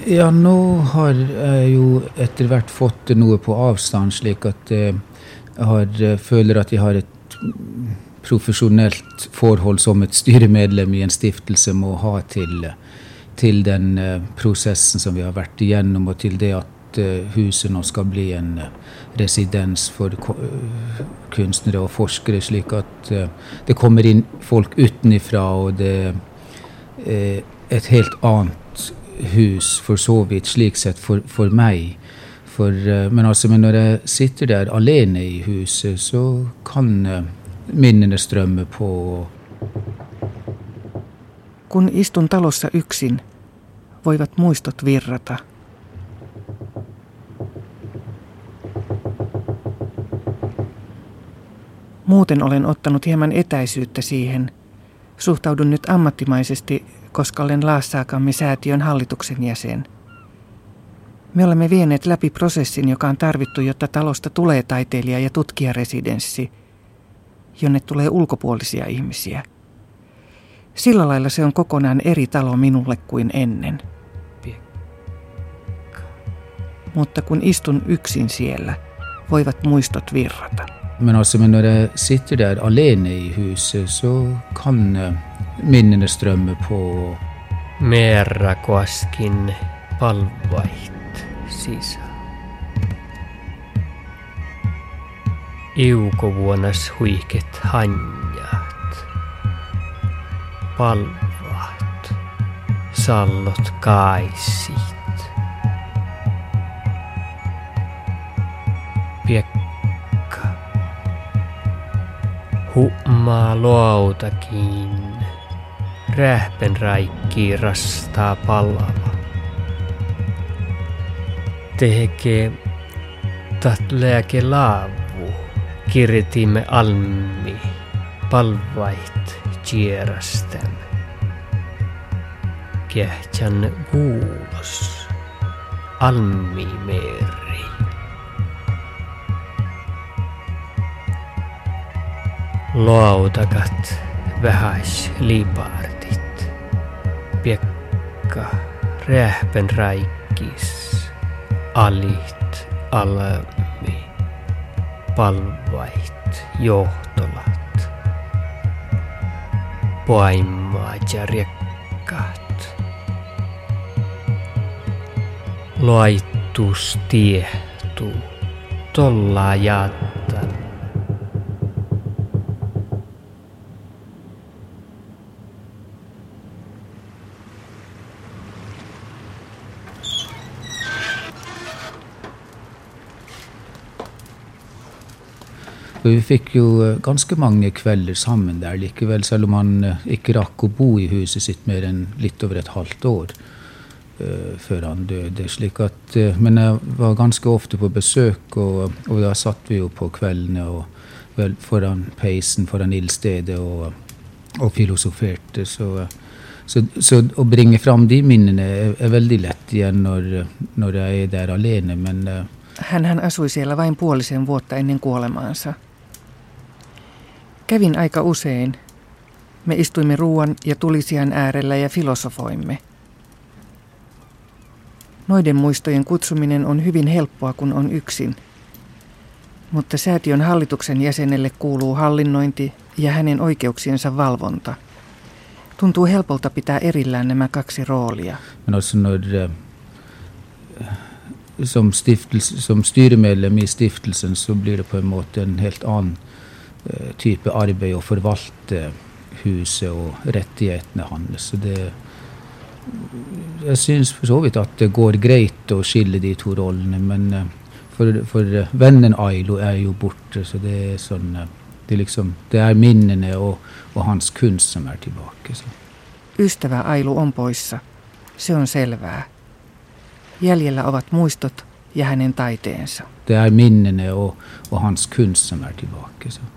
Ja, nå har jeg jo etter hvert fått noe på avstand, slik at jeg føler at jeg har et profesjonelt forhold som et styremedlem i en stiftelse må ha til den prosessen som vi har vært igjennom, og til det at huset nå skal bli en residens for kunstnere og forskere, slik at det kommer inn folk utenifra, og det er et helt annet hus for så vidt, slik sett for meg. Men når jeg sitter der alene i huset, så kan minnene strømme på. Kun istun talossa yksin, voivat muistot virrata. Muuten olen ottanut hieman etäisyyttä siihen. Suhtaudun nyt ammattimaisesti, koska olen Laassaakamme-säätiön hallituksen jäsen. Me olemme vieneet läpi prosessin, joka on tarvittu, jotta talosta tulee taiteilija- ja tutkijaresidenssi, jonne tulee ulkopuolisia ihmisiä. Sillä lailla se on kokonaan eri talo minulle kuin ennen. Mutta kun istun yksin siellä, voivat muistot virrata. Men når jeg sitter der alene i huset, så kan minnene strømme på. Merrakoaskin palvait sisä. Iukovuonas huiket hanjat. Palvat, sallot kaisit. Hummaa luotakin, rähpen raikki rastaa palava. Tehke tat lääke laavu, kirjetimme almi, palvait tjerastäm. Kähtsän kuulos, almi meri. Lautakat vähäis liipartit, piekka rähpen raikkis, alit almi, palvait johtolat, poimmaat ja riekkaat. Loittus tiehtuu, tolla jattan. Vi fikk jo ganske mange kvelder sammen der likevel, selv om han ikke rakk å bo i huset sitt mer enn litt over et halvt år før han døde. Slik at, men jeg var ganske ofte på besøk, og da satt vi jo på kveldene og foran peisen, foran ildstedet og filosoferte. Så å bringe fram de minnene er veldig lett igjen når jeg er der alene, men Hän asui siellä vain puolisen vuotta ennen kuolemaansa. Kävin aika usein. Me istuimme ruoan ja tulisian äärellä ja filosofoimme. Noiden muistojen kutsuminen on hyvin helppoa, kun on yksin. Mutta säätiön hallituksen jäsenelle kuuluu hallinnointi ja hänen oikeuksiensa valvonta. Tuntuu helpolta pitää erillään nämä kaksi roolia. Som styremedlem i stiftelsen så blir det på en måte en helt annen type arbeid å forvalte huset og rettighetene hans. Så jeg synes for så vidt at det går greit å skille de to rollene, men for vennen Ailo er jo borte, så det er sånn, det er minnene og hans kunst som er tilbake. Så. Ystävä Ailu on poissa. Se on selvää. Jäljellä ovat muistot ja hänen taiteensa. Det er minnene og hans kunst som er tilbake. Så.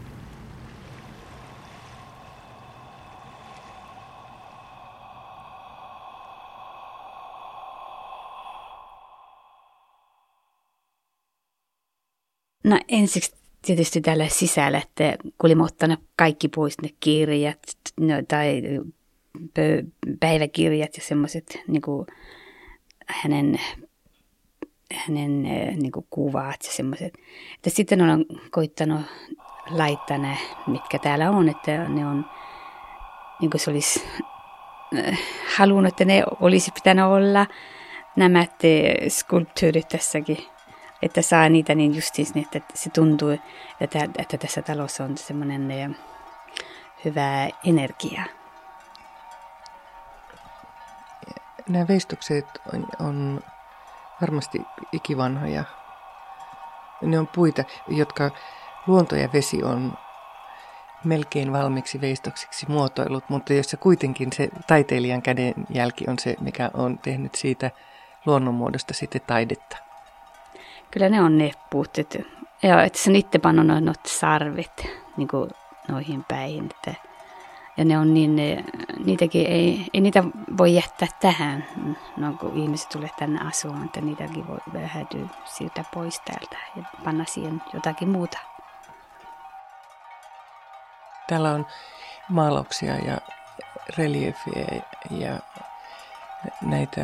No ensiksi tietysti täällä sisällä, että kun olimme ottaneet kaikki pois ne kirjat tai päiväkirjat ja semmoiset niin kuin hänen niin kuin kuvat ja semmoiset. Että sitten olen koittanut laittaa ne, mitkä täällä on, että ne on, niin kuin se olisi halunnut, että ne olisi pitänyt olla nämä skulptyyrit tässäkin. Että saa niitä niin justiis, että se tuntuu, että tässä talossa on semmoinen hyvä energia. Nämä veistokset on varmasti ikivanhoja. Ne on puita, jotka luonto ja vesi on melkein valmiiksi veistoksiksi muotoillut, mutta jossa kuitenkin se taiteilijan kädenjälki on se, mikä on tehnyt siitä luonnonmuodosta sitten taidetta. Kyllä ne on ne puut, että se on itse pannut noita sarvet niin kuin noihin päihin. Ja ne on niin, niitäkin ei niitä voi jättää tähän, no, kun ihmiset tulee tänne asumaan, että niitäkin voi vähätyä sieltä pois täältä ja panna siihen jotakin muuta. Täällä on maalauksia ja reliefejä ja näitä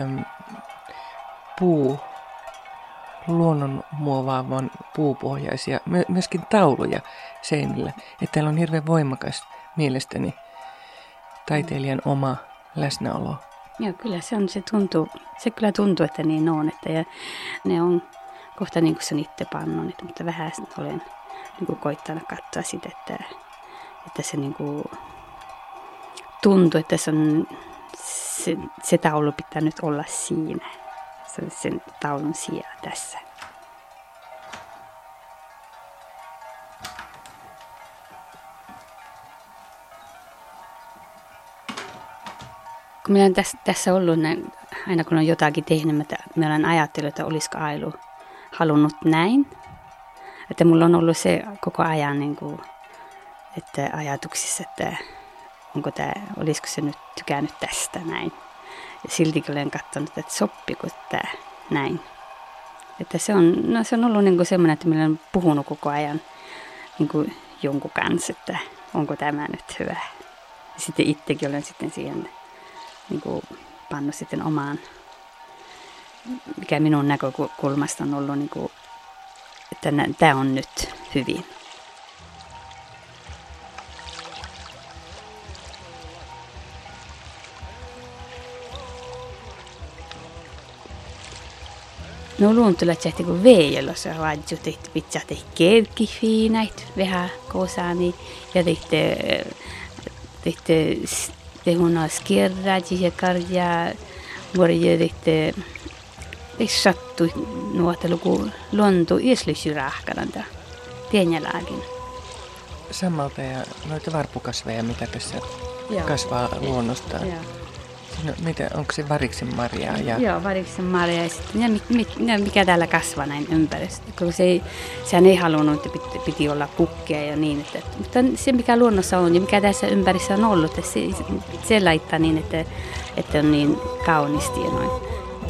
luonnonmuovaavan puupohjaisia, myöskin tauluja seinillä. Että täällä on hirveän voimakas mielestäni taiteilijan oma läsnäolo. Joo, kyllä se kyllä tuntuu, että niin on. Ja ne on kohta niin kuin se on itse pannut, mutta vähän olen niin kuin koittanut katsoa sitä, että se niin kuin tuntuu, että se taulu pitää nyt olla siinä. Se on sen taulun sijaan tässä. Kun minä olen tässä ollut, aina kun on jotakin tehnyt, minä olen ajatellut, että olisiko Ailu halunnut näin. Että mulla on ollut se koko ajan niin kuin, että ajatuksissa, että olisiko se nyt tykännyt tästä näin. Ja siltikin olen katsonut, että soppiko tämä näin. Että se on ollut niin kuin semmoinen, että minä olen puhunut koko ajan niin kuin jonkun kanssa, että onko tämä nyt hyvä. Ja sitten itsekin olen sitten siihen niin kuin pannut sitten omaan, mikä minun näkökulmasta on ollut, niin kuin, että tämä on nyt hyvin. No luontolla tehty kuin veijällä, se on vain tehty pitää tehdä kerkkifiinait vähän kosaani ja tehty tehuna skirraji ja karja morje tehty sattui nuotta luku luonto islysyrahkananta tienjälaakin. Sammalta ja noita varpukasveja, mitä tässä kasvaa luonnostaan. No, onko se variksen marjaa? Joo, variksen marjaa ja sitten mikä täällä kasvaa näin ympäristössä. Sehän ei halunnut, että piti olla pukkia ja niin. Mutta se mikä luonnossa on ja mikä tässä ympäristössä on ollut, että se laittaa niin, että on niin kauniisti ja noin.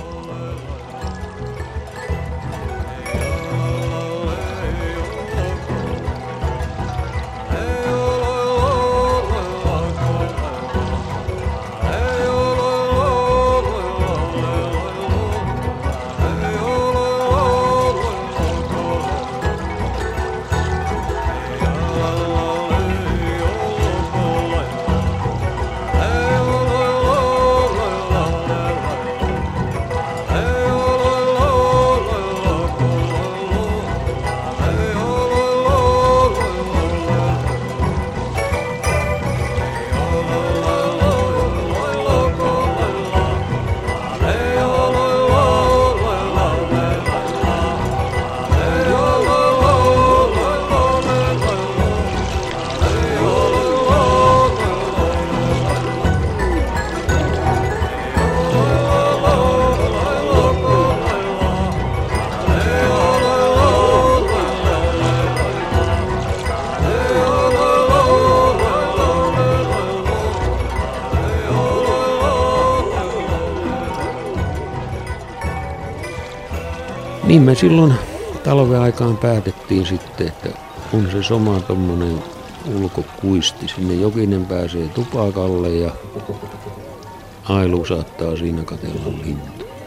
Niin me silloin talven aikaan päätettiin sitten, että on se sama tommonen ulkokuisti. Sinne Jokinen pääsee tupakalle ja Ailu saattaa siinä katsella lintua.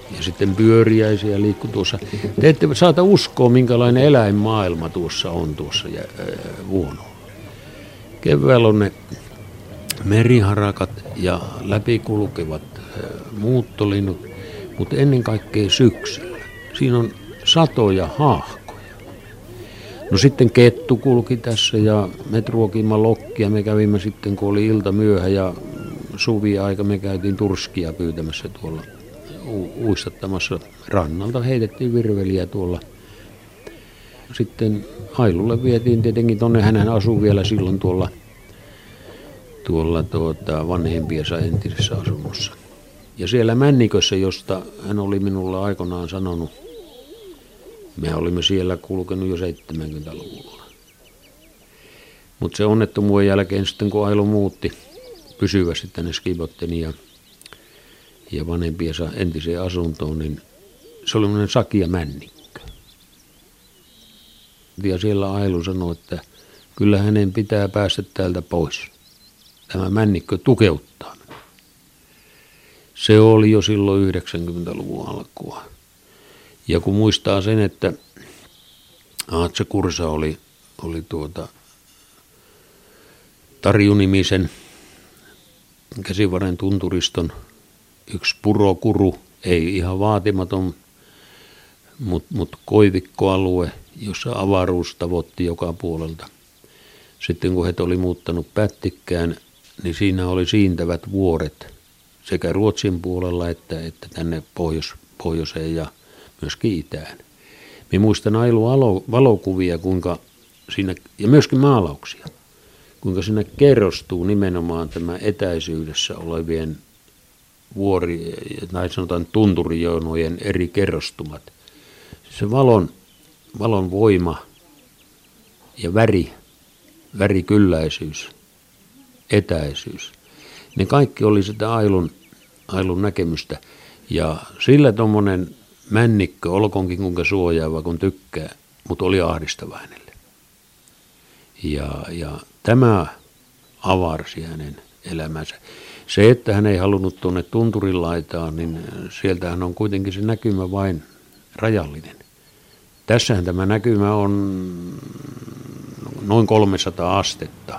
Ja sitten pyöriäisiä liikkui tuossa. Te ette saata uskoa, minkälainen eläinmaailma tuossa on tuossa Vuonolla. Keväällä on ne meriharakat ja läpikulkevat muuttolinnut, mutta ennen kaikkea syksyllä. Siinä on satoja haahkoja. No sitten kettu kulki tässä ja me ruokimme lokkia. Me kävimme sitten, kun oli ilta myöhä ja suvi-aika, me käytiin turskia pyytämässä tuolla uistattamassa. Rannalta heitettiin virveliä tuolla. Sitten Ailulle vietiin tietenkin tonne, hän asui vielä silloin tuolla vanhempiensa entisessä asunnossa. Ja siellä Männikössä, josta hän oli minulle aikoinaan sanonut, me olimme siellä kulkenut jo 70-luvulla. Mutta se onnettomuuden jälkeen sitten, kun Ailo muutti pysyvästi tänne Skibotteniin ja vanhempiensa entiseen asuntoon, niin se oli sellainen sakea männikkö. Ja siellä Ailu sanoi, että kyllä hänen pitää päästä täältä pois. Tämä männikkö tukeuttaa. Se oli jo silloin 90-luvun alkua. Ja kun muistaa sen, että Aatse Kursa oli Tarju-nimisen Käsivarren tunturiston yksi purokuru, ei ihan vaatimaton, mutta koivikkoalue, jossa avaruus tavoitti joka puolelta. Sitten kun he oli muuttanut Pättikkään, niin siinä oli siintävät vuoret sekä Ruotsin puolella että tänne pohjoiseen ja myöskin itään. Minä muistan Ailun valokuvia, kuinka siinä, ja myöskin maalauksia, kuinka siinä kerrostuu nimenomaan tämä etäisyydessä olevien tai sanotaan tunturijonojen eri kerrostumat. Se valon voima ja värikylläisyys, etäisyys, ne kaikki oli sitä Ailun näkemystä. Ja sillä tommonen männikkö, olkoonkin kuinka suojaava kun tykkää, mutta oli ahdistava hänelle. Ja tämä avarsi hänen elämänsä. Se, että hän ei halunnut tuonne tunturin laitaan, niin sieltähän on kuitenkin se näkymä vain rajallinen. Tässähän tämä näkymä on noin 300 astetta.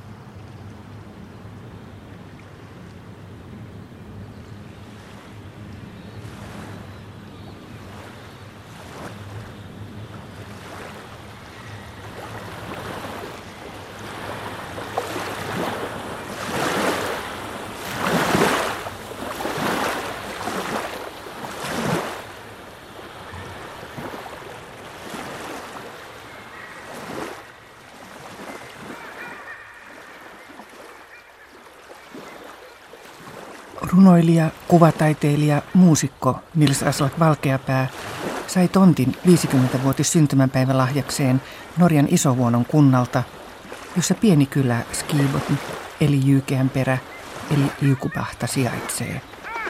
Runoilija, kuvataiteilija, muusikko Nils Aslak Valkeapää sai tontin 50-vuotis syntymäpäivälahjakseen Norjan Isovuonon kunnalta, jossa pieni kylä Skibotn eli Jyykeänperä eli Jykupahta sijaitsee.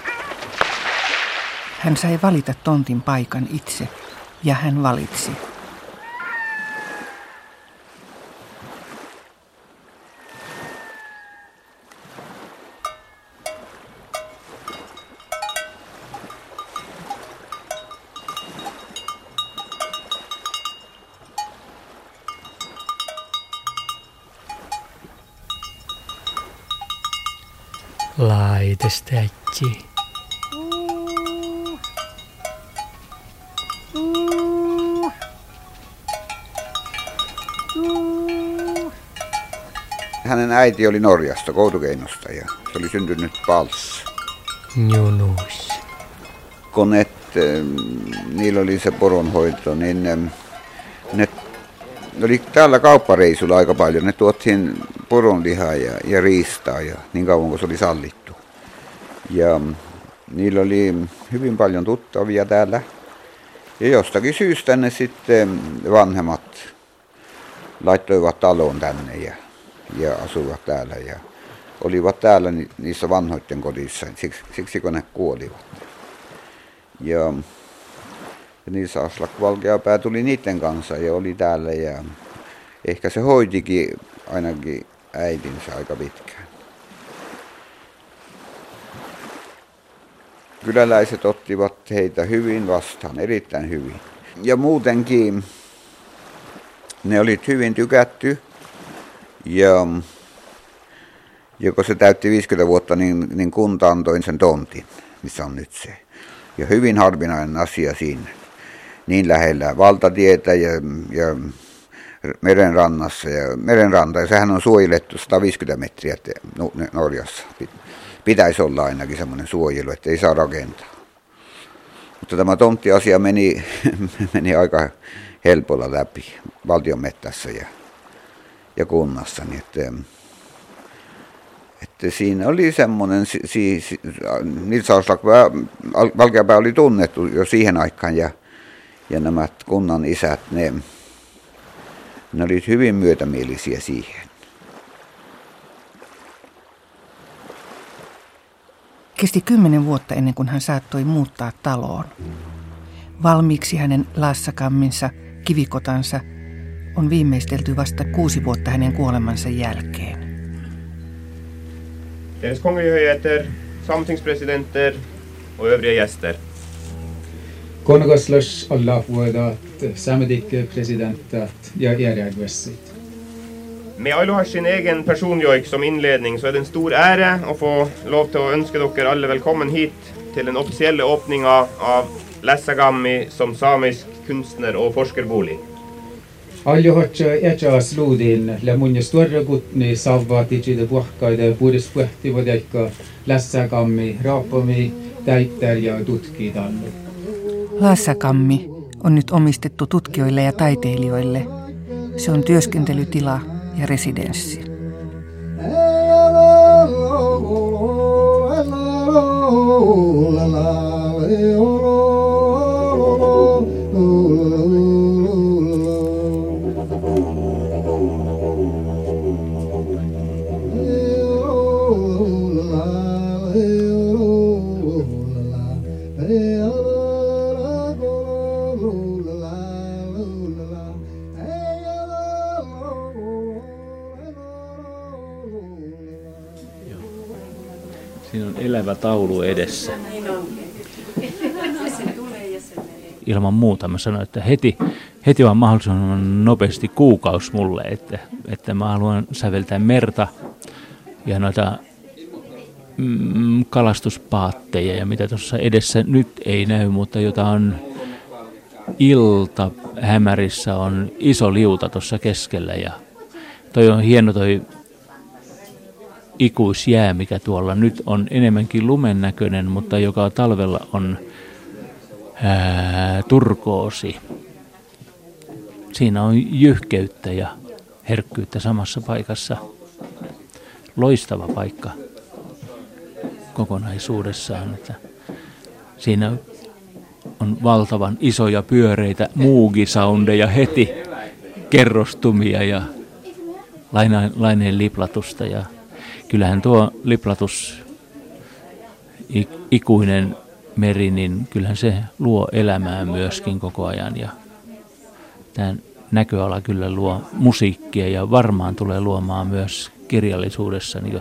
Hän sai valita tontin paikan itse ja hän valitsi. Laitestäkki. Hänen äiti oli Norjasta, Koutukeinosta, ja se oli syntynyt Palssa. Junus. Kun niillä oli se poronhoito, niin ne oli täällä kauppareisulla aika paljon. Ne tuottiin poronlihaa ja riistaa ja niin kauan kuin se oli sallittu. Ja niillä oli hyvin paljon tuttavia täällä. Ja jostakin syystä ne sitten vanhemmat laittoivat talon tänne ja asuivat täällä. Ja olivat täällä niissä vanhoiden kodissa, siksi kun ne kuolivat. Ja Nils Aslak Valkeapää tuli niiden kanssa ja oli täällä ja ehkä se hoitikin ainakin äitinsä aika pitkään. kyläläiset ottivat heitä hyvin vastaan, erittäin hyvin. Ja muutenkin ne olit hyvin tykätty. Ja kun se täytti 50 vuotta, niin kunta antoi sen tontin, missä on nyt se. Ja hyvin harvinainen asia siinä. Niin lähellä valtatietä ja merenrannassa. Ja merenranta, ja sehän on suojelettu 150 metriä Norjassa. Pitäisi olla ainakin semmoinen suojelu, että ei saa rakentaa. Mutta tämä tonttiasia meni aika helpolla läpi valtion mettässä ja kunnassa. Niin että siinä oli semmoinen, Nils Aslak Valkeapää oli tunnettu jo siihen aikaan ja nämä kunnan isät, ne olivat hyvin myötämielisiä siihen. Kesti 10 vuotta ennen kuin hän saattoi muuttaa taloon. Valmiiksi hänen laassakamminsa, kivikotansa, on viimeistelty vasta 6 vuotta hänen kuolemansa jälkeen. Deres kongehöjligheter, sametingspresidenter och övriga gäster. Konungaslas alla vuodat, samedik-presidentat ja järjägvässit. Med Ailo har sin egen personjoik som inledning, så är det en stor ära att få lov till att önska dere alla välkommen hit till den officiella öppningen av Lässäkammi som samisk kunstner- och forskarbolig. Aljo hatsa etjas luudin lämunja stuarragutni savvaatijide puhkaide puhdes puhtivodeikka Lässäkammi raapomi täittär ja tutkidannu. Lässäkammi on nyt omistettu tutkijoille ja taiteilijoille. Se on työskentelytila ja residenssi. Siinä on elävä taulu edessä. Ilman muuta mä sanoin, että heti vaan mahdollisimman nopeasti kuukausi mulle, että mä haluan säveltää merta ja noita kalastuspaatteja ja mitä tuossa edessä nyt ei näy, mutta jota on ilta hämärissä on iso liuta tuossa keskellä ja toi on hieno toi ikuisjää, mikä tuolla nyt on enemmänkin lumen näköinen, mutta joka talvella on turkoosi. Siinä on jyhkeyttä ja herkkyyttä samassa paikassa. Loistava paikka kokonaisuudessaan. Että siinä on valtavan isoja pyöreitä muugisoundeja heti, kerrostumia ja laineen liplatusta. Ja kyllähän tuo liplatus, ikuinen meri, niin kyllähän se luo elämää myöskin koko ajan. Ja tämä näköala kyllä luo musiikkia ja varmaan tulee luomaan myös kirjallisuudessa niin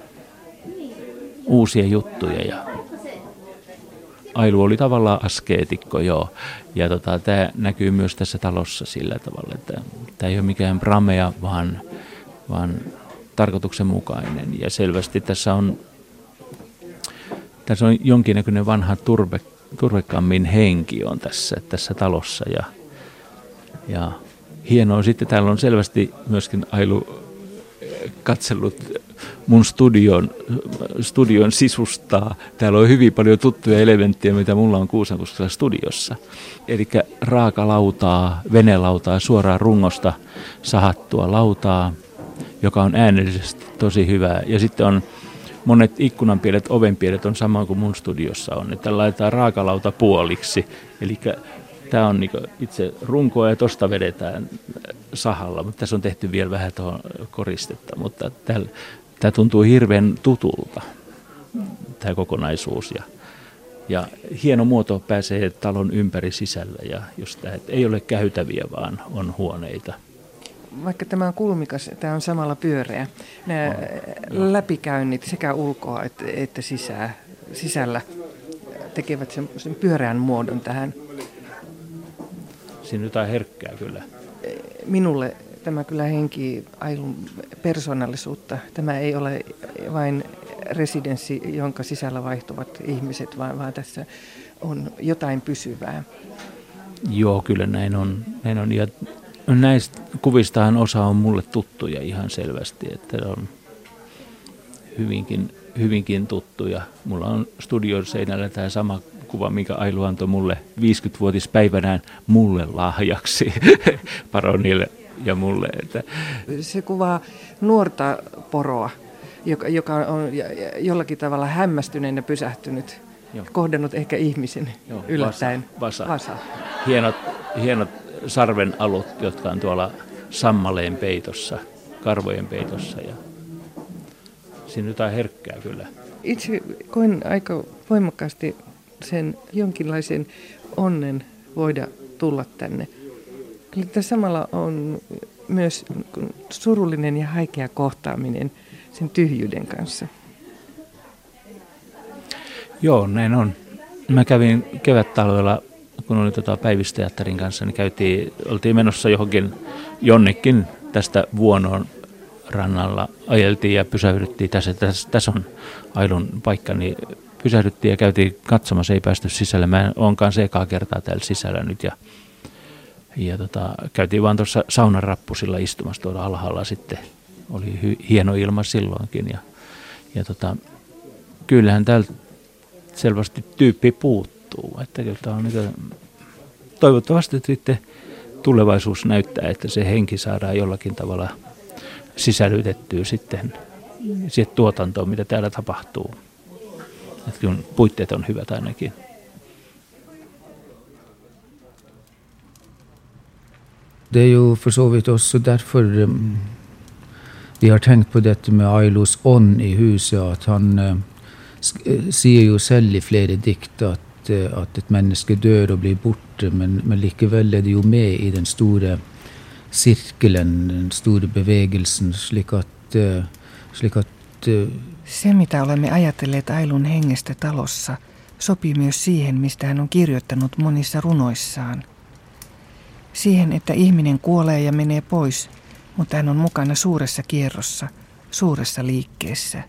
uusia juttuja. Ja Ailu oli tavallaan askeetikko, joo. Ja tämä näkyy myös tässä talossa sillä tavalla, että tämä ei ole mikään bramea, vaan tarkoituksenmukainen. Ja selvästi tässä on jonkinnäköinen vanha turvekammin henki on tässä talossa. Ja hienoa sitten, täällä on selvästi myöskin Ailu katsellut mun studion sisustaa. Täällä on hyvin paljon tuttuja elementtejä, mitä mulla on Kuusankoskella studiossa. Eli raakalautaa, venelautaa, suoraan rungosta sahattua lautaa, joka on äänellisesti tosi hyvää. Ja sitten on monet ikkunanpielet, ovenpielet on sama kuin mun studiossa on. Että laitetaan raakalauta puoliksi. Eli tämä on niinku itse runkoa ja tosta vedetään sahalla, mutta tässä on tehty vielä vähän tuohon koristetta. Mutta tämä tuntuu hirveän tutulta, tämä kokonaisuus. Ja hieno muoto pääsee talon ympäri sisällä ja just tämä, että ei ole käytäviä, vaan on huoneita. Vaikka tämä on kulmikas, tämä on samalla pyöreä. Nämä läpikäynnit sekä ulkoa että sisällä tekevät sen pyöreän muodon tähän. Siinä jotain herkkää kyllä. Minulle tämä kyllä henkii ailun persoonallisuutta. Tämä ei ole vain residenssi, jonka sisällä vaihtuvat ihmiset, vaan tässä on jotain pysyvää. Joo, kyllä näin on. Ja näistä kuvistahan osa on mulle tuttuja ihan selvästi, että on hyvinkin tuttuja. Mulla on studion seinällä tämä sama kuva, minkä Ailu antoi mulle 50-vuotispäivänään mulle lahjaksi, Paronille ja mulle. Että. Se kuvaa nuorta poroa, joka on jollakin tavalla hämmästyneenä pysähtynyt, kohdannut ehkä ihmisen yllättäen. Vasa. Hienot sarvenalut, jotka on tuolla sammaleen peitossa, karvojen peitossa. Ja siinä on jotain herkkää kyllä. Itse koin aika voimakkaasti sen jonkinlaisen onnen voida tulla tänne. Eli samalla on myös surullinen ja haikea kohtaaminen sen tyhjyyden kanssa. Joo, näin on. Mä kävin kevättalvella, kun olin Päivysteatterin kanssa, niin oltiin menossa jonnekin tästä Vuonoon rannalla. Ajeltiin ja pysähdyttiin. Tässä on Ailun paikka, niin pysähdyttiin ja käytiin katsomassa, ei päästy sisälle. Mä en olekaan se ekaa kertaa täällä sisällä nyt. Ja käytiin vaan tuossa saunan rappusilla istumassa tuolla alhaalla sitten. Oli hieno ilma silloinkin. Ja kyllähän täältä selvästi tyyppi puuttuu. Että kyllä on toivottavasti sitten tulevaisuus näyttää, että se henki saadaan jollakin tavalla sisällytettyä sitten siihen tuotantoon, mitä täällä tapahtuu. Että kyllä puitteet on hyvät ainakin. Det är ju för så vitt också därför vi har tänkt på detta med Ailus ånd i huset, att han säger ju själv i flera dikter att ett människa dör och blir borta, men likevel är det ju med i den stora cirkeln, den stora bevegelsen, slik att se, mitä olemme ajatelleet Ailun hengestä talossa, sopii myös siihen, mistä hän on kirjoittanut monissa runoissaan. Siihen, että ihminen kuolee ja menee pois, mutta hän on mukana suuressa kierrossa, suuressa liikkeessä.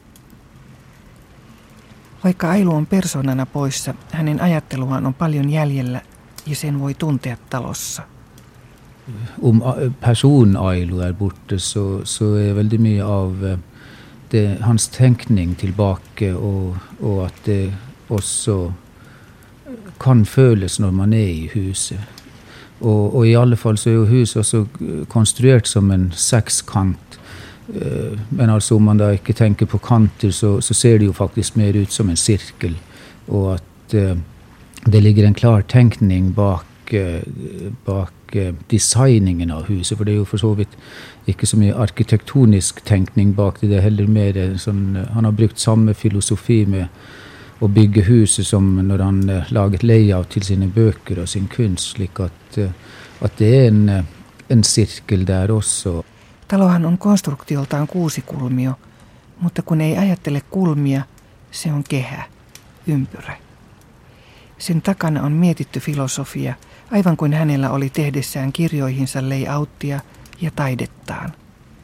Vaikka Ailu on persoonana poissa, hänen ajatteluaan on paljon jäljellä ja sen voi tuntea talossa. Om person Ailu är borta så är väldigt mycket av hans tänkning tillbaka och att det också kan føles när man är i huset. Och i alla fall så är ju huset också konstruerat som en sexkant. Men alltså om man då inte tänker på kanter så ser det ju faktiskt mer ut som en cirkel. Och att det ligger en klar tänkning bak designingen av huset. För det är ju för så vitt inte så mycket arkitektonisk tänkning bak det är heller mer en sån, han har brukt samma filosofi med att bygga huset som när han laget layout till sina böcker och sin kunst. Att det är en cirkel där också. Talohan on konstruktioltaan kuusikulmio, mutta kun ei ajattele kulmia, se on kehä, ympyrä. Sen takana on mietitty filosofia, aivan kuin hänellä oli tehdessään kirjoihinsa layouttia ja taidettaan.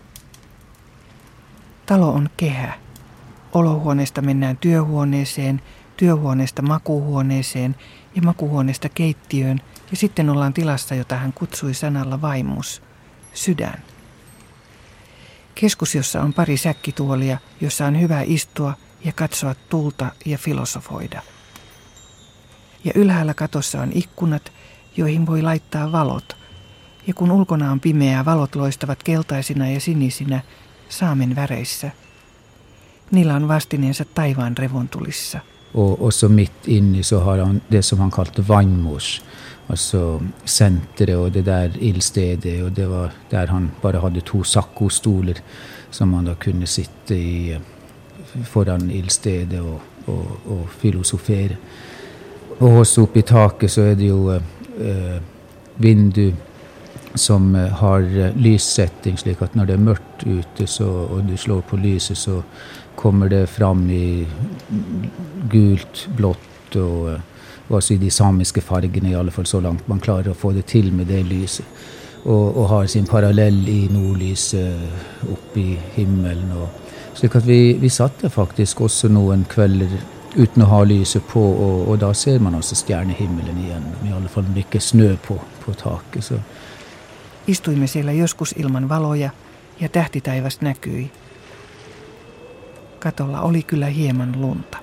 Talo on kehä. Olohuoneesta mennään työhuoneeseen, työhuoneesta makuuhuoneeseen ja makuuhuoneesta keittiöön ja sitten ollaan tilassa, jota hän kutsui sanalla vaimus, sydän. Keskus, jossa on pari säkkituolia, jossa on hyvä istua ja katsoa tulta ja filosofoida. Ja ylhäällä katossa on ikkunat, joihin voi laittaa valot. Ja kun ulkona on pimeää, valot loistavat keltaisina ja sinisinä saamen väreissä. Niillä on vastineensa taivaan revontulissa. Och så mitt inne så har han det som han kallade vagmos. Alltså centret och det där ildstedet, och det var där han bara hade 2 saccostolar som man då kunde sitta i foran ildstedet och filosofera. Och så uppe i taket så är det ju vindu som har lyssättning, slik att när det är mörkt ute så, och du slår på lyset så kommer det fram i gult, blått rött och alltså i de samiska färgerna i alla fall så långt man klarar att få det till med det lyset. Och har sin parallell i nordlyset uppe i himmelen. Så att vi satt där faktiskt också någon kvällar utan att ha lyset på och då ser man också stjärnehimmelen igen. I alla fall mycket snö på taket. Så. Istuimme siellä joskus ilman valoja ja tähtitaivas näkyi. Katolla oli kyllä hieman lunta.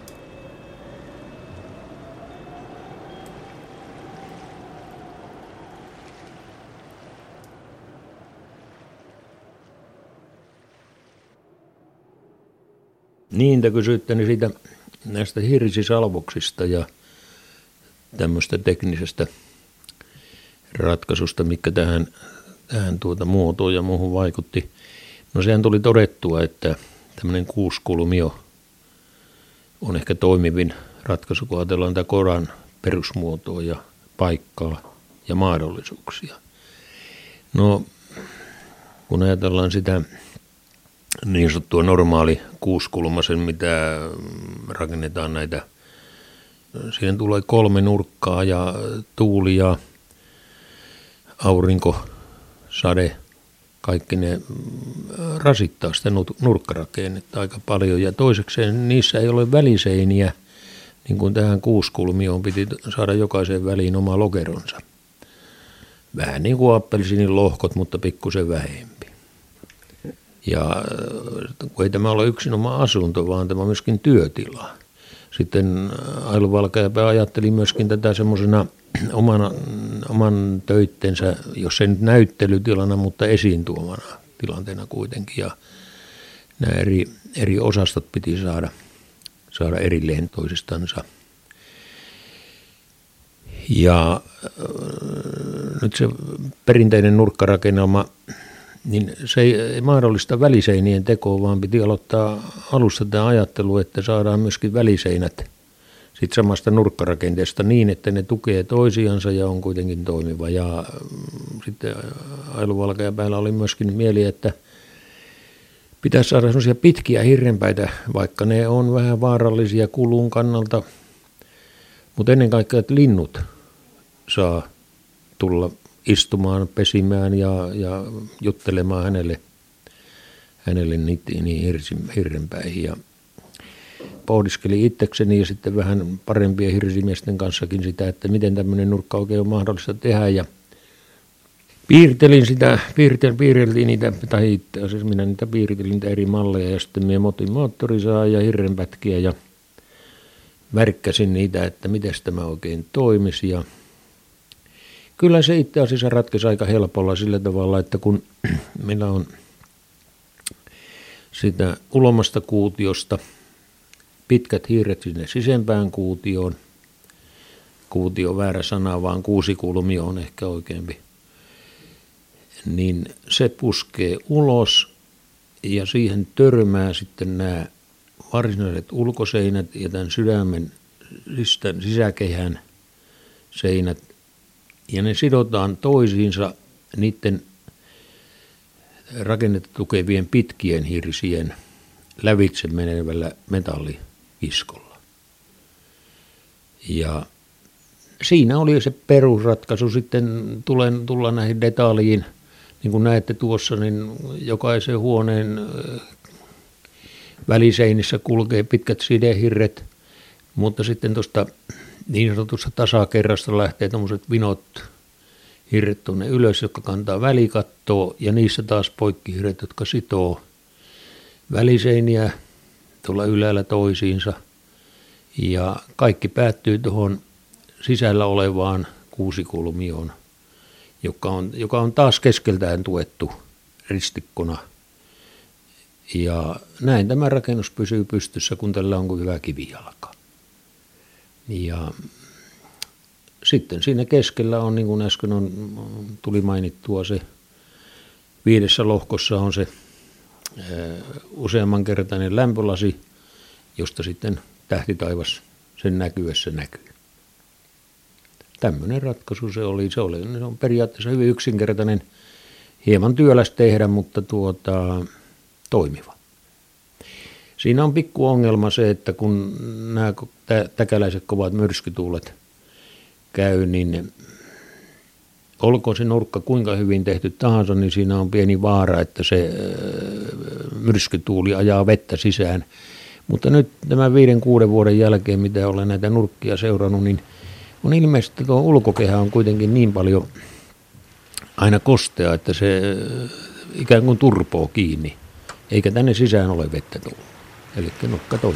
Niin, te kysyitte siitä näistä hirsisalvoksista ja tämmöistä teknisestä ratkaisusta, mikä tähän muotoon ja muuhun vaikutti. No sehän tuli todettua, että tämmöinen kuusikulmio on ehkä toimivin ratkaisu, kun ajatellaan tätä koran perusmuotoa ja paikkaa ja mahdollisuuksia. No, kun ajatellaan sitä niin sanottua normaali kuusikulmaisen, mitä rakennetaan näitä, siihen tulee 3 nurkkaa ja tuuli ja aurinko, sade, kaikki ne rasittaa sitä nurkkarakennetta aika paljon. Ja toisekseen niissä ei ole väliseiniä, niin kuin tähän kuusikulmioon piti saada jokaisen väliin oma lokeronsa. Vähän niin kuin appelsiinin lohkot, mutta pikkusen vähempi. Ja kun ei tämä ole yksinomaan asunto, vaan tämä on myöskin työtila. Sitten Ailo Valkeapää ajatteli myöskin tätä semmoisena oman töittensä, jos ei nyt näyttelytilana, mutta esiin tuomana tilanteena kuitenkin. Ja nämä eri osastot piti saada erilleen toisistansa. Ja nyt se perinteinen nurkkarakennelma, niin se ei mahdollista väliseinien tekoa, vaan piti aloittaa alusta tämä ajattelu, että saadaan myöskin väliseinät sit samasta nurkkarakenteesta niin, että ne tukee toisiansa ja on kuitenkin toimiva. Ja sitten Ailo Valkeapäällä oli myöskin mieli, että pitäisi saada sellaisia pitkiä hirrenpäitä, vaikka ne on vähän vaarallisia kulun kannalta, mutta ennen kaikkea, että linnut saa tulla istumaan, pesimään ja juttelemaan hänelle niihin hirrenpäihin. Ja pohdiskeli itsekseni ja sitten vähän parempien hirsimiesten kanssakin sitä, että miten tämmöinen nurkka oikein on mahdollista tehdä. Ja piirteltiin niitä, tai itse asiassa minä niitä piirtelin niitä eri malleja ja sitten minä otin moottorisaa ja hirrenpätkiä ja värkkäsin niitä, että miten tämä oikein toimisi. Ja kyllä se itse asiassa ratkesi aika helpolla sillä tavalla, että kun meillä on sitä ulomasta kuutiosta pitkät hiiret sinne sisempään kuutioon, kuutio väärä sana, vaan kuusikulmio on ehkä oikeampi, niin se puskee ulos ja siihen törmää sitten nämä varsinaiset ulkoseinät ja tämän sydämen sisäkehän seinät, ja ne sidotaan toisiinsa niiden rakennetta tukevien pitkien hirsien lävitse menevällä metallikiskolla. Ja siinä oli se perusratkaisu. Sitten tulla näihin detaljiin. Niin kuin näette tuossa, niin jokaisen huoneen väliseinissä kulkee pitkät sidehirret, mutta sitten tuosta niin sanotusta tasakerrasta lähtee tämmöiset vinot hirret tuonne ylös, jotka kantaa välikattoa, ja niissä taas poikkihirret, jotka sitoo väliseiniä tuolla ylhäällä toisiinsa. Ja kaikki päättyy tuohon sisällä olevaan kuusikulmioon, joka on taas keskeltään tuettu ristikkona. Ja näin tämä rakennus pysyy pystyssä, kun tällä on hyvä kivijalka. Ja sitten siinä keskellä on, niin kuin äsken tuli mainittua, se 5. lohkossa on se useammankertainen lämpölasi, josta sitten tähtitaivas sen näkyessä näkyy. Tämmöinen ratkaisu se oli. Se on periaatteessa hyvin yksinkertainen, hieman työläs tehdä, mutta toimiva. Siinä on pikku ongelma se, että kun nämä täkäläiset kovat myrskytuulet käy, niin olkoon se nurkka kuinka hyvin tehty tahansa, niin siinä on pieni vaara, että se myrskytuuli ajaa vettä sisään. Mutta nyt tämän 5-6 vuoden jälkeen, mitä olen näitä nurkkia seurannut, niin on ilmeisesti, että tuo ulkokehä on kuitenkin niin paljon aina kostea, että se ikään kuin turpoo kiinni, eikä tänne sisään ole vettä tullut. Eli nurkka toimii.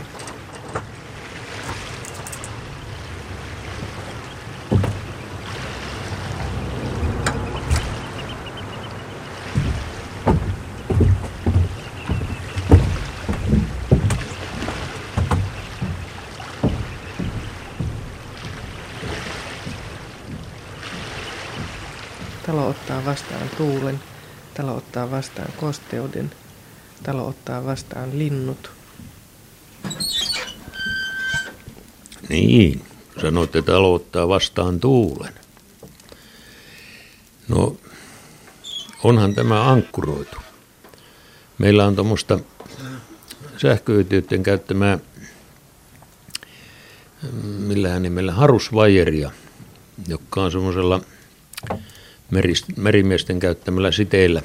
Talo ottaa vastaan tuulen, talo ottaa vastaan kosteuden, talo ottaa vastaan linnut. Niin, sanoitte, että talo ottaa vastaan tuulen. No, onhan tämä ankkuroitu. Meillä on tuommoista sähköyhtiöiden käyttämää, millähän nimellä, harusvajeria, joka on semmoisella merimiesten käyttämällä siteillä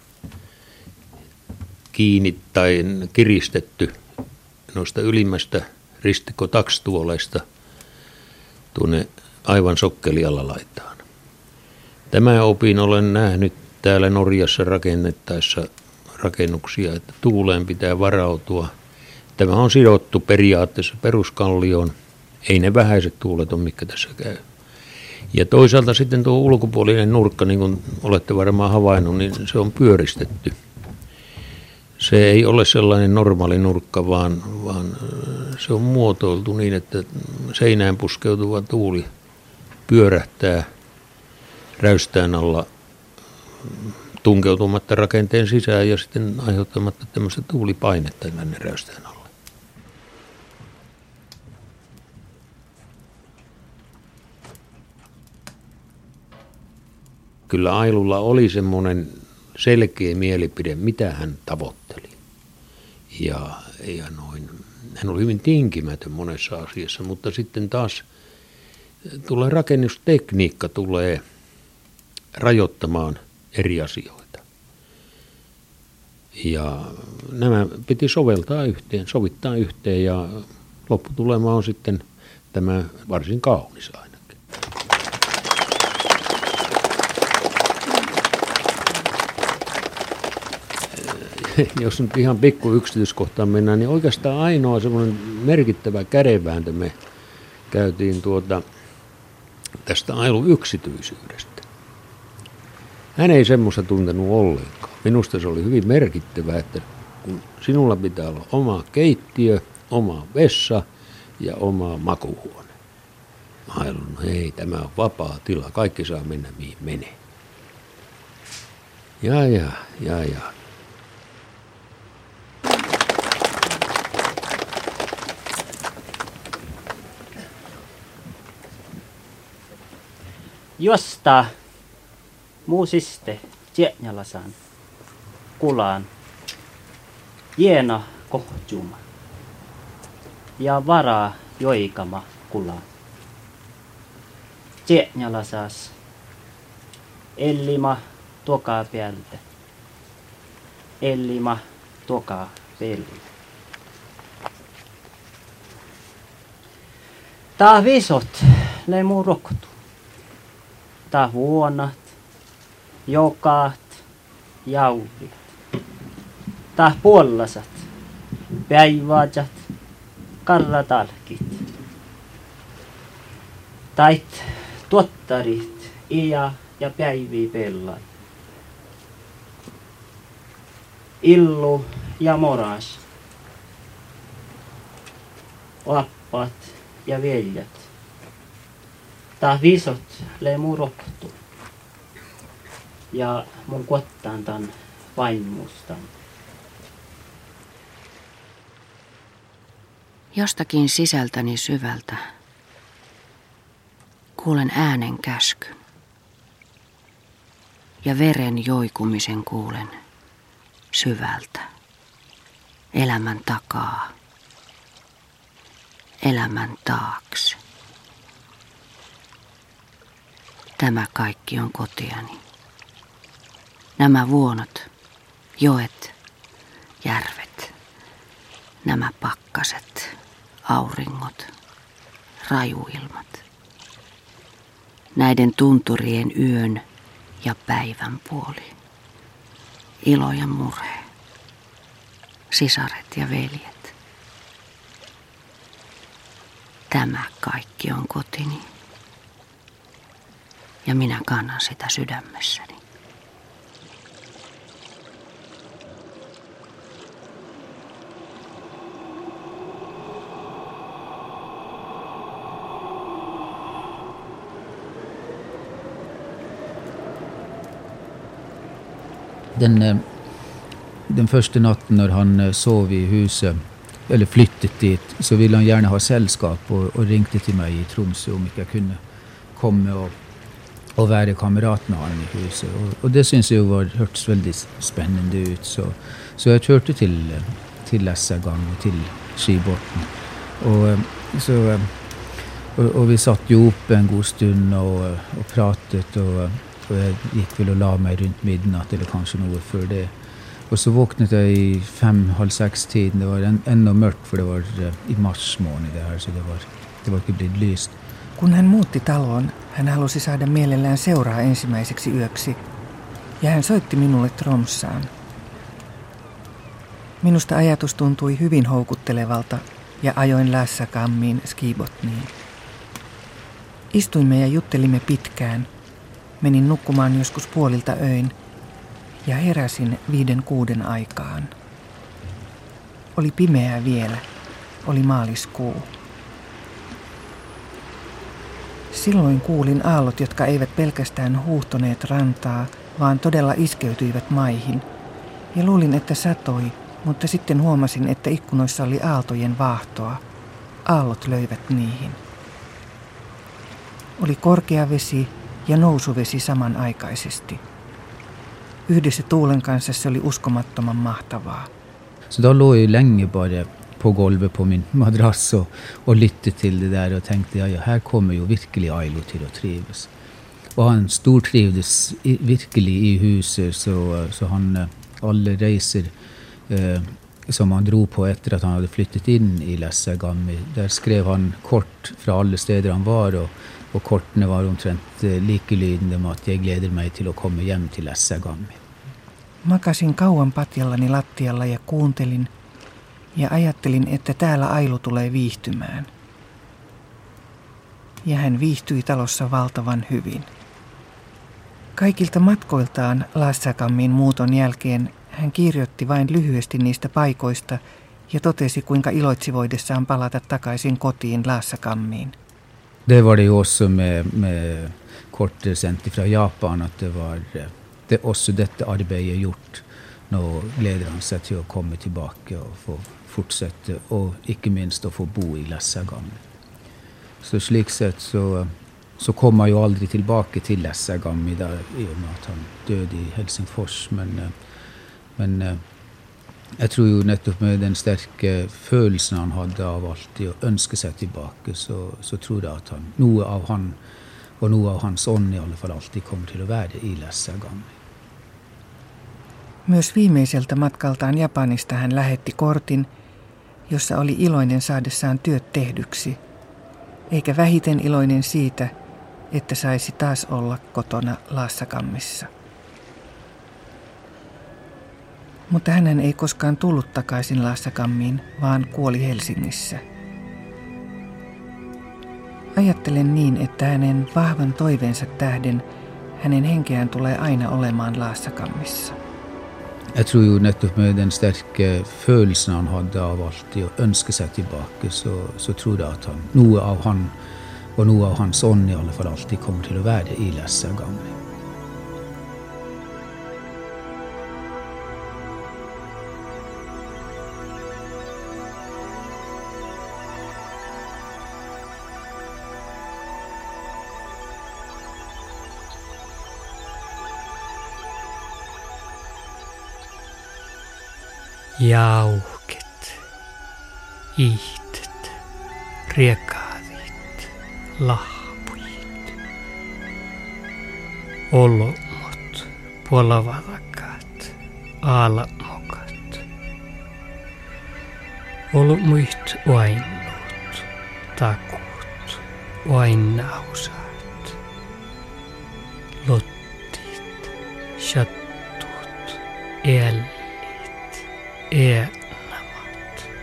kiinni tai kiristetty noista ylimmästä ristikko-takstuoleista tuonne aivan sokkelialla laitaan. Tämä opin olen nähnyt täällä Norjassa rakennettaessa rakennuksia, että tuuleen pitää varautua. Tämä on sidottu periaatteessa peruskallioon. Ei ne vähäiset tuulet ole, mitkä tässä käy. Ja toisaalta sitten tuo ulkopuolinen nurkka, niin kuin olette varmaan havainnut, niin se on pyöristetty. Se ei ole sellainen normaali nurkka, vaan se on muotoiltu niin, että seinään puskeutuva tuuli pyörähtää räystään alla tunkeutumatta rakenteen sisään ja sitten aiheuttamatta tämmöistä tuulipainetta tänne räystään alla. Kyllä Ailulla oli semmoinen selkeä mielipide, mitä hän tavoitteli. Ja hän oli hyvin tinkimätön monessa asiassa, mutta sitten taas rakennustekniikka tulee rajoittamaan eri asioita. Ja nämä piti sovittaa yhteen ja lopputulema on sitten tämä varsin kaunis ainakin. Jos nyt ihan pikku yksityiskohtaan mennään, niin oikeastaan ainoa semmoinen merkittävä kädenvääntö me käytiin tästä Ailun yksityisyydestä. Hän ei semmoista tuntenut ollenkaan. Minusta se oli hyvin merkittävää, että kun sinulla pitää olla oma keittiö, oma vessa ja oma makuuhuone. Ailun, hei, tämä on vapaa tila, kaikki saa mennä mihin menee. Ja. Josta muusiste Tjeňalasan kulaan Jeena kohtjuma ja varaa joikama kulaan. Tjeňalasas ellima tuokaa päältä. Ellima tuokaa päältä. Tää visot ne muu roktu. Tää huonat, jokaat, jauvit. Tää puollasat, päivaajat, karratalkit. Tait tuottarit, iä ja päivi pellai. Illu ja moras. Lappat ja veljet. Tää visot lee muu roktu. Ja mun kottaan tän vaimmustan. Jostakin sisältäni syvältä kuulen äänen käskyn. Ja veren joikumisen kuulen syvältä. elämän takaa, elämän taakse. Tämä kaikki on kotiani. Nämä vuonot, joet, järvet, nämä pakkaset, auringot, rajuilmat. Näiden tunturien yön ja päivän puoli. Ilo ja murhe, sisaret ja veljet. Tämä kaikki on kotini. Ja minä kannan sitä sydämessäni. Den första natten när han sov i huset, eller flyttet dit, så ville han gärna ha sällskap och ringde till mig i Tromsø om jag kunde komma och vara kamrat med han i huset. Och det syns ju hörts väldigt spännande ut. Så jag körde till Lessagam och till Skibotn. Och vi satt ju upp en god stund och pratade och jag gick väl och la mig runt midnatt eller kanske något för det. Och så vaknade jag i 5:30-tiden. Det var ännu mörkt för det var i mars månad det här, så det var inte blivit lyst. Kun hän muutti taloon, hän halusi saada mielellään seuraa ensimmäiseksi yöksi. Ja hän soitti minulle Tromssaan. Minusta ajatus tuntui hyvin houkuttelevalta ja ajoin Lessagammiin Skibotniin. Istuimme ja juttelimme pitkään. Menin nukkumaan joskus puolilta öin ja heräsin 5-6 aikaan. Oli pimeää vielä. Oli maaliskuu. Silloin kuulin aallot, jotka eivät pelkästään huuhtoneet rantaa, vaan todella iskeytyivät maihin. Ja luulin, että satoi, mutta sitten huomasin, että ikkunoissa oli aaltojen vaahtoa. Aallot löivät niihin. Oli korkea vesi ja nousuvesi samanaikaisesti. Yhdessä tuulen kanssa se oli uskomattoman mahtavaa. Så då låg jag länge bara på golvet på min madrass och lytte till det där och tänkte ja, här kommer ju virkelig Ailo till att trivas. Och han stortrivdes virkelig i huset, så han alla resor som han drog på efter att han hade flyttat in i Lessagammi, där skrev han kort från alla städer han var och kortene var omtrent likelydande med att jag gläder mig till att komma hem till Lessagammi. Makasin kauan patjallani lattialla ja kuuntelin ja ajattelin, että täällä Ailo tulee viihtymään. Ja hän viihtyi talossa valtavan hyvin. Kaikilta matkoiltaan Lessagammiin muuton jälkeen hän kirjoitti vain lyhyesti niistä paikoista ja totesi, kuinka iloitsi voidessaan palata takaisin kotiin Lessagammiin. Det var det ju också med kortrecenter från Japan, att det också detta arbete gjort. Nå gläder han sig till att komma tillbaka och få fortsätta och inte minst att få bo i Lessagammi. Så slik sett så kom han ju aldrig tillbaka till Lessagammi där, i och med att han döde i Helsingfors, men jag tror ju nettopp med den starka følelsen han hade av alltid att önska sig tillbaka, så tror jag att något av han och något av hans ånd i alla fall alltid kommer till att vara i Lessagammi. Myös viimeiseltä matkaltaan Japanista hän lähetti kortin, jossa oli iloinen saadessaan työt tehdyksi, eikä vähiten iloinen siitä, että saisi taas olla kotona Lessagammissa. Mutta hän ei koskaan tullut takaisin Lessagammiin, vaan kuoli Helsingissä. Ajattelen niin, että hänen vahvan toiveensa tähden hänen henkeään tulee aina olemaan Lessagammissa. Jag tror ju nettopp med den starka følelsen han hade av alltid att önska sig tillbaka, så tror jag att något av han och något av hans ånd i alla fall alltid kommer till att vara i Lessagammi. Jauhket. ihtet, riekkaavit, lahpuit. Olomot, puolavalakat, aalamokat. Olmuit oainnut, takut, oainnausaat. Lottit, chattut, ellit, eenamat.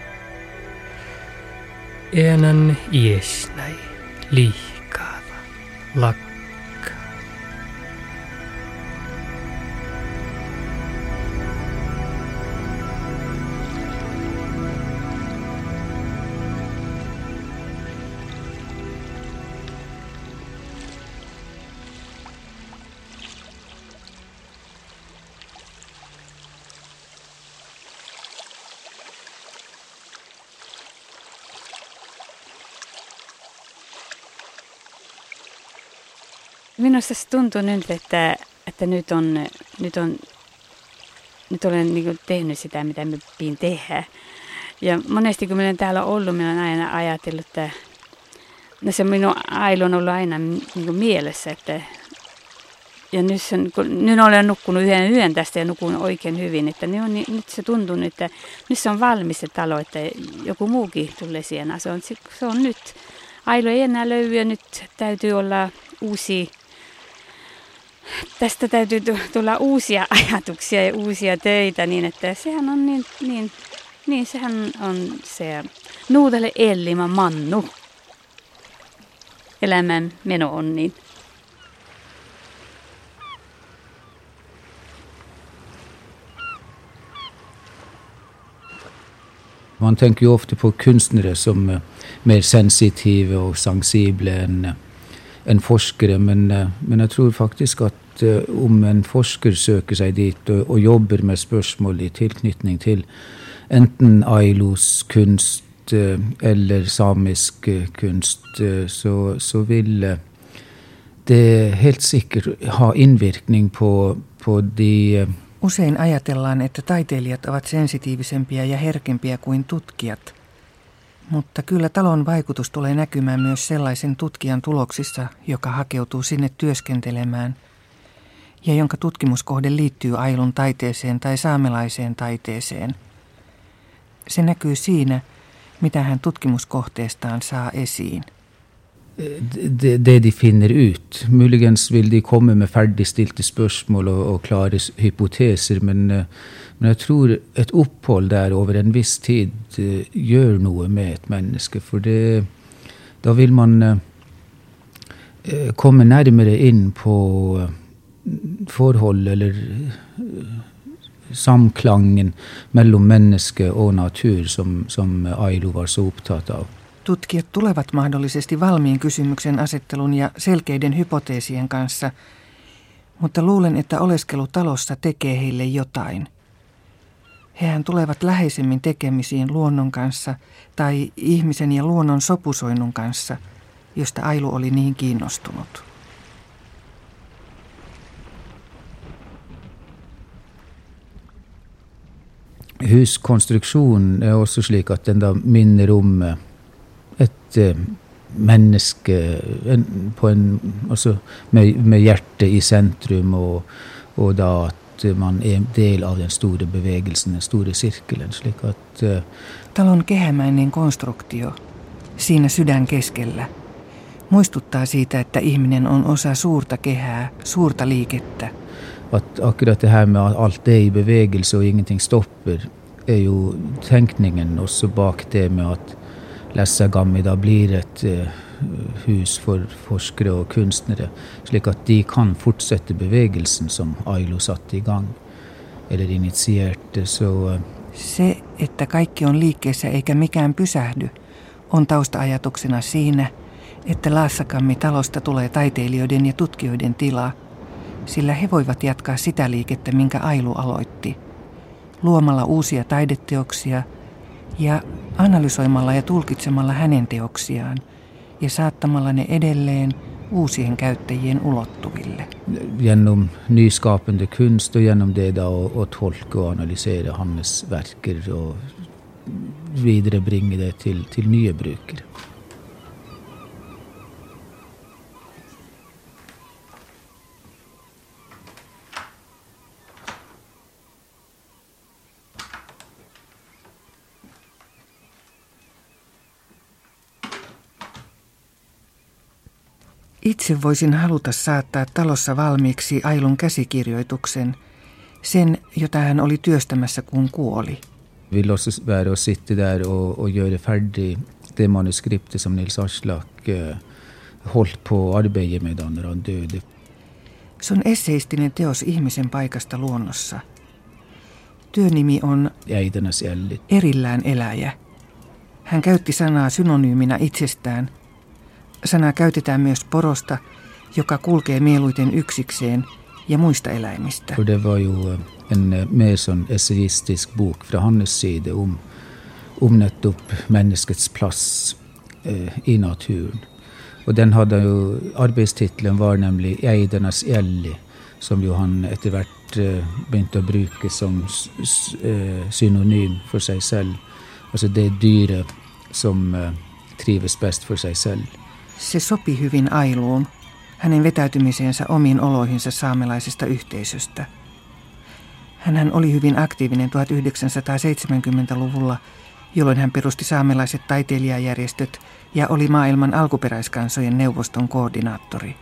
Eenan iesnäi, liikaava, lakka. Minusta se tuntuu nyt, että nyt olen niin kuin tehnyt sitä, mitä me pidin tehdä. Ja monesti kun minä olen täällä ollut, minä olen aina ajatellut, että no se minun ailu on ollut aina niin kuin mielessä. Ja nyt olen nukkunut yhden yön tästä ja nukun oikein hyvin. Että nyt se tuntuu, että nyt se on valmis se talo, että joku muukin tulee siihen. Se on nyt. Ailu ei enää löydy ja nyt täytyy olla uusia. Tästä täytyy tulla uusia ajatuksia ja uusia töitä, niin että sehän on sehän on se nuudelle ellimä mannu. Elämän meno on niin. Man tänker ju ofta på kunstnere som mer sensitive och sensible än forskare, men jag tror faktiskt att om en forskare söker sig dit och jobbar med spörsmål i tillknytning till enten Ailos kunst eller samisk kunst, så vill det helt säkert ha inverkning på de. Usein ajatellaan, että taiteilijat ovat sensitiivisempiä ja herkempiä kuin tutkijat. Mutta kyllä talon vaikutus tulee näkymään myös sellaisen tutkijan tuloksissa, joka hakeutuu sinne työskentelemään ja jonka tutkimuskohde liittyy ailun taiteeseen tai saamelaiseen taiteeseen. Se näkyy siinä, mitä hän tutkimuskohteestaan saa esiin. Det de finner ut. Muligens vill de komma med färdigstilte spørsmål och klara hypoteser, men jag tror ett uppehåll där över en viss tid gör något med ett människa, för då vill man komma närmare in på förhåll eller samklangen mellan människa och natur som Ailo var så upptatt av. Tutkijat tulevat mahdollisesti valmiin kysymyksen asettelun ja selkeiden hypoteesien kanssa, mutta luulen, että oleskelu talossa tekee heille jotain. Hehän tulevat läheisemmin tekemisiin luonnon kanssa tai ihmisen ja luonnon sopusoinnun kanssa, josta Ailu oli niin kiinnostunut. Huskonstruktion är också slik att den da minner om ett menneske alltså med hjärta i centrum och da att man är en del av den stora bevegelsen, den stora cirkeln. Slik att talon kehämäinen konstruktio, siinä sydän keskellä, muistuttaa siitä, että ihminen on osa suurta kehää, suurta liikettä. Att akkurat det här med allt det i bevegelse och ingenting stoppar är ju tänkningen också bak det med att Lässägammi da blir ett hus för forskare och konstnärer, slik att de kan fortsätta bevegelsen som Ailo satte igång eller initierade. Se, että kaikki on liikkeessä eikä mikään pysähdy, on tausta-ajatuksena siinä, että Lässägammi-talosta tulee taiteilijoiden ja tutkijoiden tila, sillä he voivat jatkaa sitä liikettä, minkä Ailu aloitti, luomalla uusia taideteoksia ja analysoimalla ja tulkitsemalla hänen teoksiaan ja saattamalla ne edelleen uusien käyttäjien ulottuville. Genom nyskapande kunst och genom det då att tolka och analysera hans verker och viderebringe det till nye brukere. Itse voisin haluta saattaa talossa valmiiksi Ailun käsikirjoituksen, sen, jota hän oli työstämässä, kun kuoli. Vi låtsas vara och sitta där och göra färdig det manuskriptet som Nils Aslak hållit på arbetet med när han döde. Se on esseistinen teos ihmisen paikasta luonnossa. Työnimi on Äidernas ällit. Erillään eläjä. Hän käytti sanaa synonyyminä itsestään. Sanaa käytetään myös porosta, joka kulkee mieluiten yksikseen, ja muista eläimistä. Och det var ju en mer sån essayistisk bok från hans sida om nettopp menneskets plats i naturen. Och den hade ju, arbetstiteln var nämligen Eidernas älli, som ju han etter hvert begynte å bruke som synonym for seg selv. Altså det dyret som trives best for seg selv. Se sopi hyvin Ailuun, hänen vetäytymiseensä omiin oloihinsa saamelaisesta yhteisöstä. Hänhän oli hyvin aktiivinen 1970-luvulla, jolloin hän perusti saamelaiset taiteilijajärjestöt ja oli maailman alkuperäiskansojen neuvoston koordinaattori.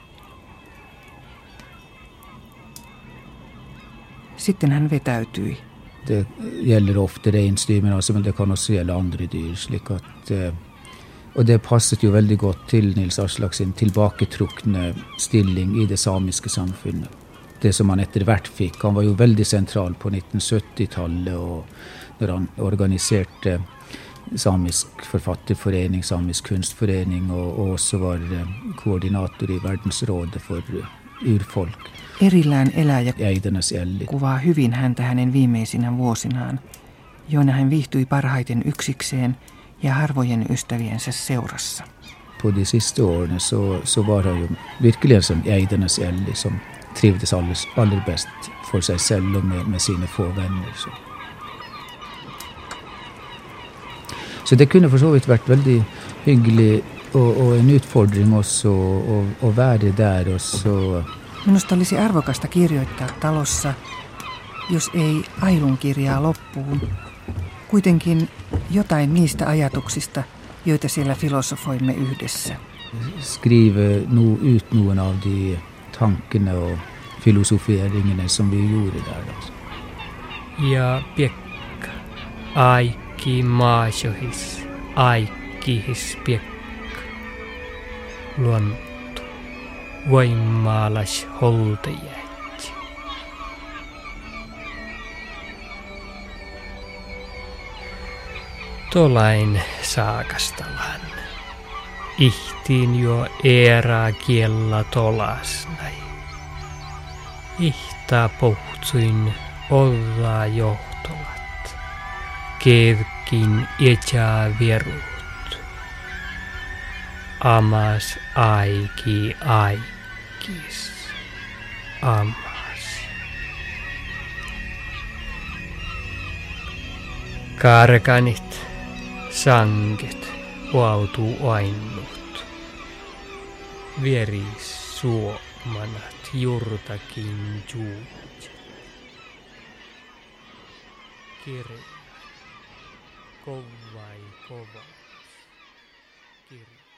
Sitten hän vetäytyi. Det gäller ofta reinsdyr, men alltså det kan också gälla andra dyr. Och det passet ju väldigt gott till Nils Aslak sin tillbaketrukne stilling i det samiska samfunnet. Det som han etter hvert fick. Han var ju väldigt central på 1970-talet och när han organiserade samisk författarförening, samisk kunstförening och också var koordinator i Världsrådet för urfolk. Erillään eläjä Eidernas älli kuvaa hyvin häntä hänen viimeisinä vuosinaan, joina hän viihtyi parhaiten yksikseen ja harvojen ystäviensä seurassa. På de sista åren så var han ju verkligen som Eidernas älli som trivdes allra bäst för sig själv och med sina få vänner. Så det kunde för så vidt vært väldigt hyggelig och en utfordring också att vara där och så. Minusta olisi arvokasta kirjoittaa talossa, jos ei Ailun kirjaa loppuun. Kuitenkin jotain niistä ajatuksista, joita siellä filosofoimme yhdessä. Skrive ut noen av de tankene och filosoferingene som vi gjorde där. Ja Pekka, aikki maasohis, aikkihis Pekka, luonto, voimaalas holtajät. Tolain saakastalan, ihtiin jo eeraa kiella tolasnai. Ihtaa pohtsuin olla johtolat, kevkin etsää vierut. Amas aiki aikis, amas. Karkanit, sanket, uautuu ainut. Vieris suomanat jurtakin juut. Kirja, kovai kova, kirja.